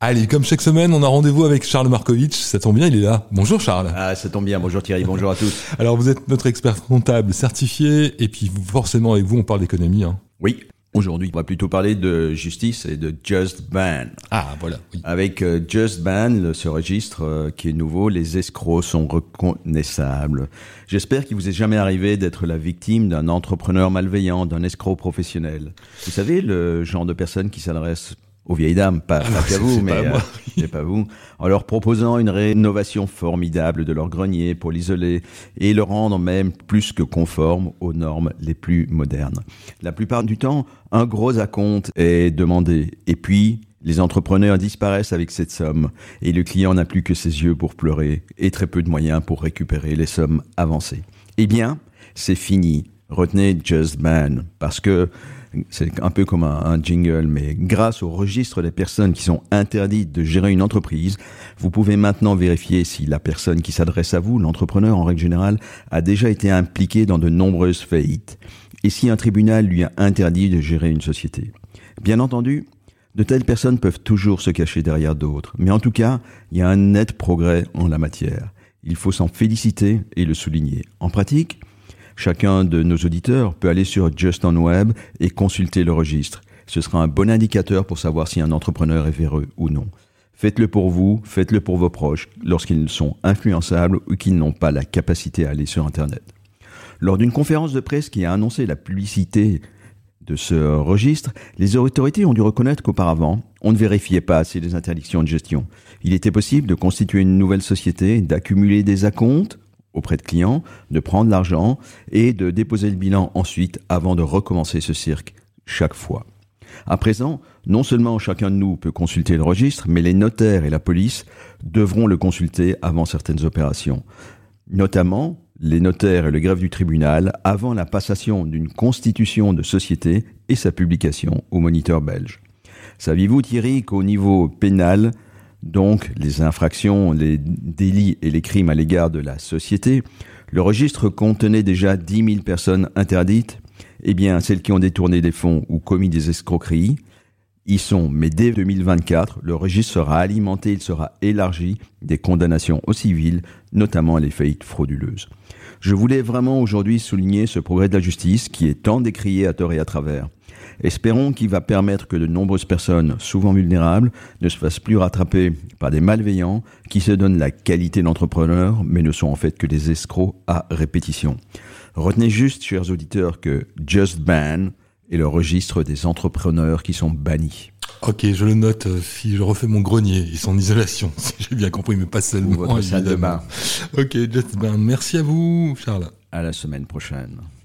Allez, comme chaque semaine, on a rendez-vous avec Charles Markovitch. Ça tombe bien, il est là. Bonjour Charles. Ah, ça tombe bien. Bonjour Thierry, bonjour à tous. Alors, vous êtes notre expert comptable certifié, et puis forcément, avec vous, on parle d'économie. Hein. Oui, aujourd'hui, on va plutôt parler de justice et de Just Ban. Ah, voilà. Oui. Avec Just Ban, ce registre qui est nouveau, les escrocs sont reconnaissables. J'espère qu'il vous est jamais arrivé d'être la victime d'un entrepreneur malveillant, d'un escroc professionnel. Vous savez, le genre de personne qui s'adresse aux vieilles dames, pas qu'à vous, mais c'est pas vous, en leur proposant une rénovation formidable de leur grenier pour l'isoler et le rendre même plus que conforme aux normes les plus modernes. La plupart du temps, un gros acompte est demandé et puis les entrepreneurs disparaissent avec cette somme et le client n'a plus que ses yeux pour pleurer et très peu de moyens pour récupérer les sommes avancées. Eh bien, c'est fini. Retenez Just Ban parce que c'est un peu comme un jingle, mais grâce au registre des personnes qui sont interdites de gérer une entreprise, vous pouvez maintenant vérifier si la personne qui s'adresse à vous, l'entrepreneur en règle générale, a déjà été impliquée dans de nombreuses faillites et si un tribunal lui a interdit de gérer une société. Bien entendu, de telles personnes peuvent toujours se cacher derrière d'autres, mais en tout cas, il y a un net progrès en la matière. Il faut s'en féliciter et le souligner. En pratique, chacun de nos auditeurs peut aller sur Just on Web et consulter le registre. Ce sera un bon indicateur pour savoir si un entrepreneur est véreux ou non. Faites-le pour vous, faites-le pour vos proches, lorsqu'ils sont influençables ou qu'ils n'ont pas la capacité à aller sur Internet. Lors d'une conférence de presse qui a annoncé la publicité de ce registre, les autorités ont dû reconnaître qu'auparavant, on ne vérifiait pas assez les interdictions de gestion. Il était possible de constituer une nouvelle société, d'accumuler des acomptes auprès de clients, de prendre l'argent et de déposer le bilan ensuite avant de recommencer ce cirque chaque fois. À présent, non seulement chacun de nous peut consulter le registre, mais les notaires et la police devront le consulter avant certaines opérations. Notamment, les notaires et le greffe du tribunal avant la passation d'une constitution de société et sa publication au Moniteur belge. Saviez-vous Thierry qu'au niveau pénal, donc les infractions, les délits et les crimes à l'égard de la société, le registre contenait déjà 10 000 personnes interdites. Eh bien, celles qui ont détourné des fonds ou commis des escroqueries, y sont. Mais dès 2024, le registre sera alimenté, il sera élargi des condamnations au civil, notamment les faillites frauduleuses. Je voulais vraiment aujourd'hui souligner ce progrès de la justice qui est tant décrié à tort et à travers. Espérons qu'il va permettre que de nombreuses personnes, souvent vulnérables, ne se fassent plus rattraper par des malveillants qui se donnent la qualité d'entrepreneur, mais ne sont en fait que des escrocs à répétition. Retenez juste, chers auditeurs, que Just Ban est le registre des entrepreneurs qui sont bannis. Ok, je le note si je refais mon grenier et son isolation, si j'ai bien compris, mais pas seulement. Ou votre salle de bain. Ok, Just Ban. Merci à vous, Charles. À la semaine prochaine.